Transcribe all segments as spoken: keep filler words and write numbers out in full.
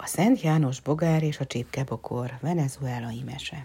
A Szent János bogár és a csipkebokor, venezuelai mese.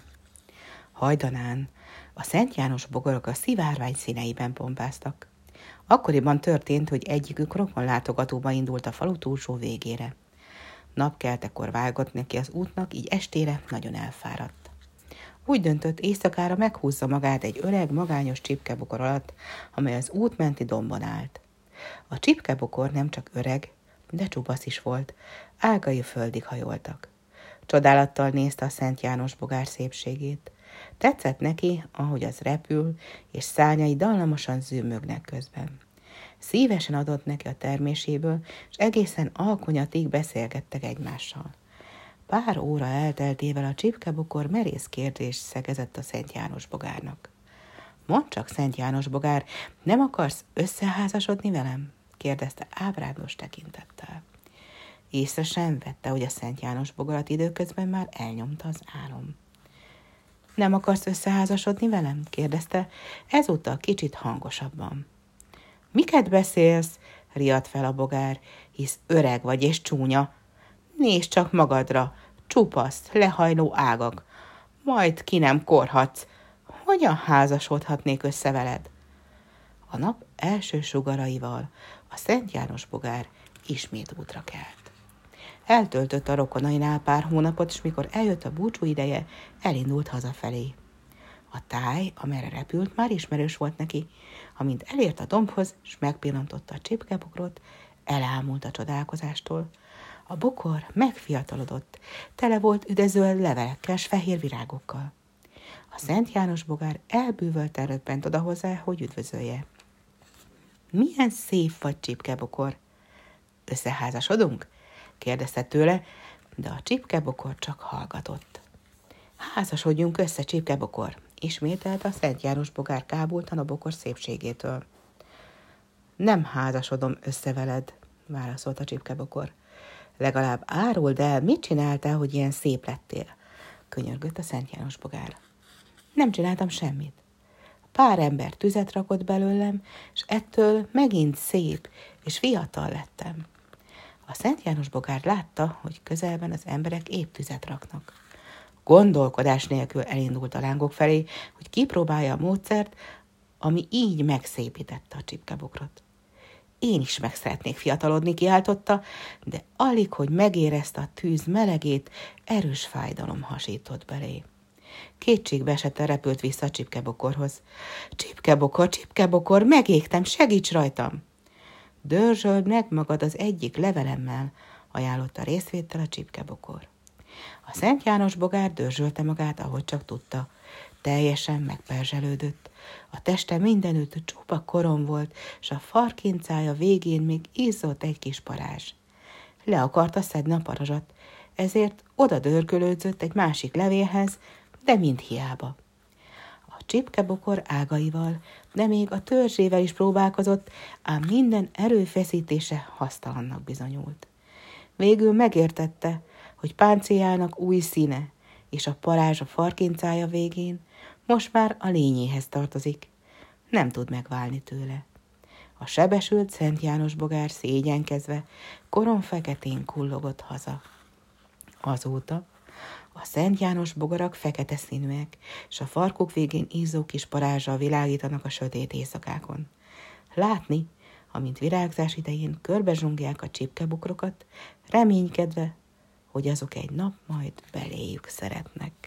Hajdanán a Szent János bogarak a szivárvány színeiben pompáztak. Akkoriban történt, hogy egyikük rokonlátogatóba indult a falu túlsó végére. Napkeltekor vágott neki az útnak, így estére nagyon elfáradt. Úgy döntött, éjszakára meghúzza magát egy öreg, magányos csipkebokor alatt, amely az út menti dombon állt. A csipkebokor nem csak öreg, de csupasz is volt, ágai földig hajoltak. Csodálattal nézte a Szent János bogár szépségét. Tetszett neki, ahogy az repül, és szárnyai dallamosan zümmögnek közben. Szívesen adott neki a terméséből, és egészen alkonyatig beszélgettek egymással. Pár óra elteltével a csipkebokor merész kérdést szegezett a Szent János bogárnak. Mondd csak, Szent János bogár, nem akarsz összeházasodni velem? Kérdezte ábrándos tekintettel. Észre sem vette, hogy a Szent János bogarat időközben már elnyomta az álom. Nem akarsz összeházasodni velem? Kérdezte, ezúttal kicsit hangosabban. Miket beszélsz? Riadt fel a bogár, hisz öreg vagy és csúnya. Nézd csak magadra, csupasz, lehajló ágak. Majd ki nem korhatsz. Hogyan házasodhatnék össze veled? A nap első sugaraival a Szent János bogár ismét útra kelt. Eltöltött a rokonainál pár hónapot, és mikor eljött a búcsú ideje, elindult hazafelé. A táj, amerre repült, már ismerős volt neki. Amint elért a dombhoz, és megpillantotta a csipkebokrot, elámult a csodálkozástól. A bokor megfiatalodott, tele volt üdezöld levelekkel s fehér virágokkal. A Szent János bogár elbűvölten röppent oda hozzá, hogy üdvözölje. Milyen szép vagy, csipkebokor! Összeházasodunk? Kérdezte tőle, de a csipkebokor csak hallgatott. Házasodjunk össze, csipkebokor! Ismételte a Szent János bogár kábultan a bokor szépségétől. Nem házasodom össze veled, válaszolt a csipkebokor. Legalább áruld el, mit csináltál, hogy ilyen szép lettél? Könyörgött a Szent János bogár. Nem csináltam semmit. Pár ember tüzet rakott belőlem, és ettől megint szép és fiatal lettem. A Szent János bogár látta, hogy közelben az emberek épp tüzet raknak. Gondolkodás nélkül elindult a lángok felé, hogy kipróbálja a módszert, ami így megszépítette a csipkebokrot. Én is meg szeretnék fiatalodni, kiáltotta, de alig, hogy megérezte a tűz melegét, erős fájdalom hasított belé. Kétségbe esetten repült vissza a csipkebokorhoz. Csipkebokor, csipkebokor, megégtem, segíts rajtam! Dörzsöld meg magad az egyik levelemmel, ajánlotta részvéttel a csipkebokor. A Szent János bogár dörzsölte magát, ahogy csak tudta. Teljesen megperzselődött. A teste mindenütt csupa korom volt, s a farkincája végén még izzott egy kis parázs. Le akarta szedni a parazsat, ezért oda dörgölődzött egy másik levélhez, de mind hiába. A csipkebokor ágaival, de még a törzsével is próbálkozott, ám minden erőfeszítése hasztalannak bizonyult. Végül megértette, hogy páncéljának új színe, és a parázs a farkincája végén most már a lényéhez tartozik. Nem tud megválni tőle. A sebesült Szent János bogár szégyenkezve korom feketén kullogott haza. Azóta a Szent János bogarak fekete színűek, és a farkuk végén izzó kis parázsal világítanak a sötét éjszakákon. Látni, amint virágzás idején körbezsongják a csipkebokrokat, reménykedve, hogy azok egy nap majd beléjük szeretnek.